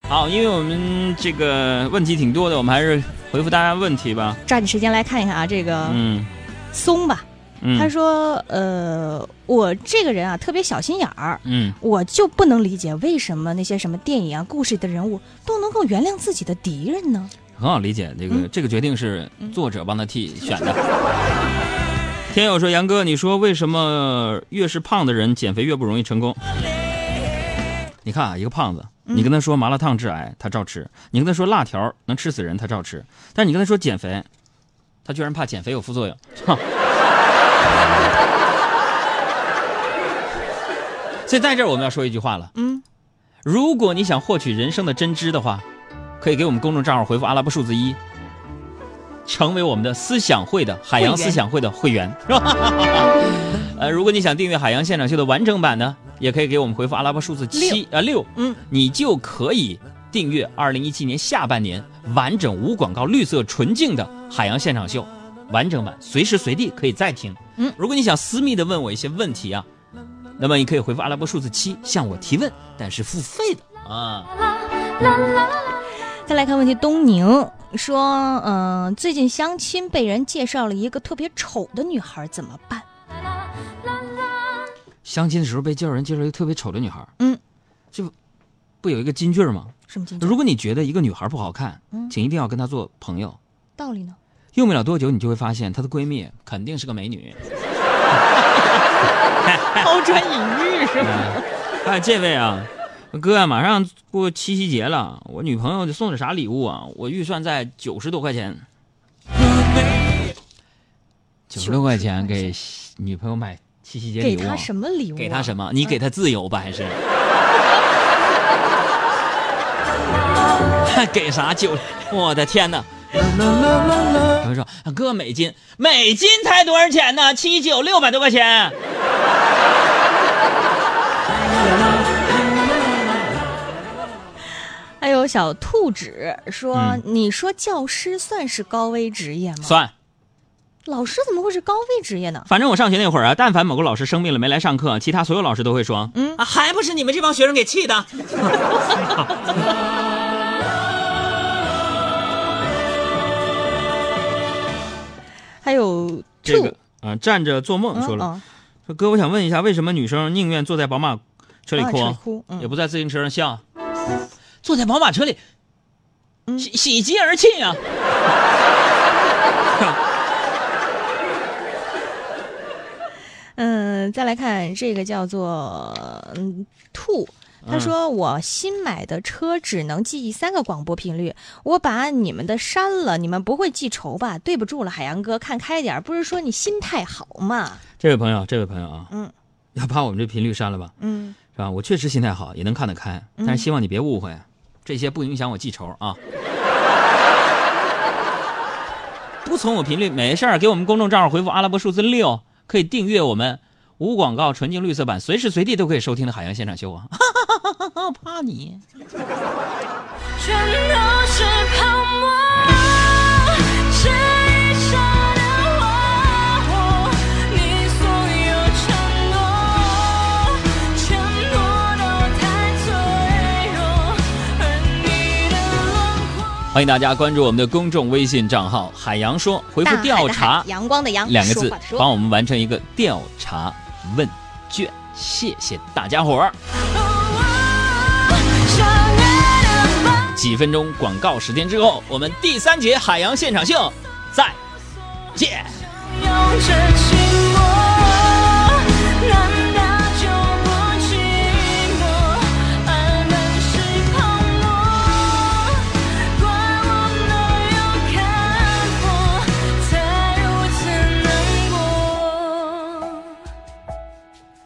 好，因为我们这个问题挺多的，我们还是回复大家问题吧。 抓紧时间来看一看啊，这个松吧，他说我这个人啊特别小心眼儿，我就不能理解为什么那些什么电影啊故事的人物都能够原谅自己的敌人呢？ 很好理解，这个决定是作者帮他替选的。天友说，杨哥，你说为什么越是胖的人减肥越不容易成功？你看啊，一个胖子，你跟他说麻辣烫致癌，他照吃；你跟他说辣条能吃死人，他照吃。但是你跟他说减肥，他居然怕减肥有副作用。所以在这儿我们要说一句话了，如果你想获取人生的真知的话，可以给我们公众账号回复阿拉伯数字1，成为我们的思想会的海洋思想会的会员，是吧？如果你想订阅海洋现场秀的完整版呢，也可以给我们回复阿拉伯数字6，你就可以订阅2017年下半年完整无广告绿色纯净的海洋现场秀完整版，随时随地可以再听。如果你想私密的问我一些问题啊，那么你可以回复阿拉伯数字7向我提问，但是付费的啊。 再来看问题，东宁说，最近相亲被人介绍了一个特别丑的女孩，怎么办？ 相亲的时候被人介绍一个特别丑的女孩，这不有一个金句吗？ 什么金句？ 如果你觉得一个女孩不好看，请一定要跟她做朋友。 道理呢？ 用不了多久，你就会发现她的闺蜜肯定是个美女。 抛砖引玉是吧？ 这位啊，哥啊，马上过七夕节了，我女朋友就送点啥礼物啊？我预算在90多块钱，90多块钱给女朋友买七夕节礼物， 给她什么礼物？ 给她什么？你给她自由吧，还是？给啥酒？我的天哪！有人说哥，美金才多少钱呢？79600多块钱。 还有小兔子说，你说教师算是高危职业吗？ 算。 老师怎么会是高危职业呢？ 反正我上学那会儿啊，但凡某个老师生病了没来上课，其他所有老师都会说，还不是你们这帮学生给气的。 还有这个站着做梦说了，说哥，我想问一下，为什么女生宁愿坐在宝马车里哭，也不在自行车上笑？坐在宝马车里，喜极而泣啊！ 再来看这个叫做兔。他说，我新买的车只能记3个广播频率，我把你们的删了，你们不会记仇吧？对不住了，海洋哥，看开点，不是说你心态好吗？这位朋友啊，要把我们这频率删了吧？是吧？我确实心态好，也能看得开，但是希望你别误会，这些不影响我记仇啊。不从我频率没事儿，给我们公众账号回复阿拉伯数字6，可以订阅我们无广告纯净绿色版，随时随地都可以收听的海洋现场秀啊！怕你， 全都是泡沫，这一刹那我，你所有承诺，全部都太脆弱，而你的轮廓。 欢迎大家关注我们的公众微信账号海洋说，回复调查阳光的阳 2个字，帮我们完成一个调查问卷，谢谢大家伙儿。几分钟广告时间之后，我们第3节海洋现场秀再见。 用着寂寞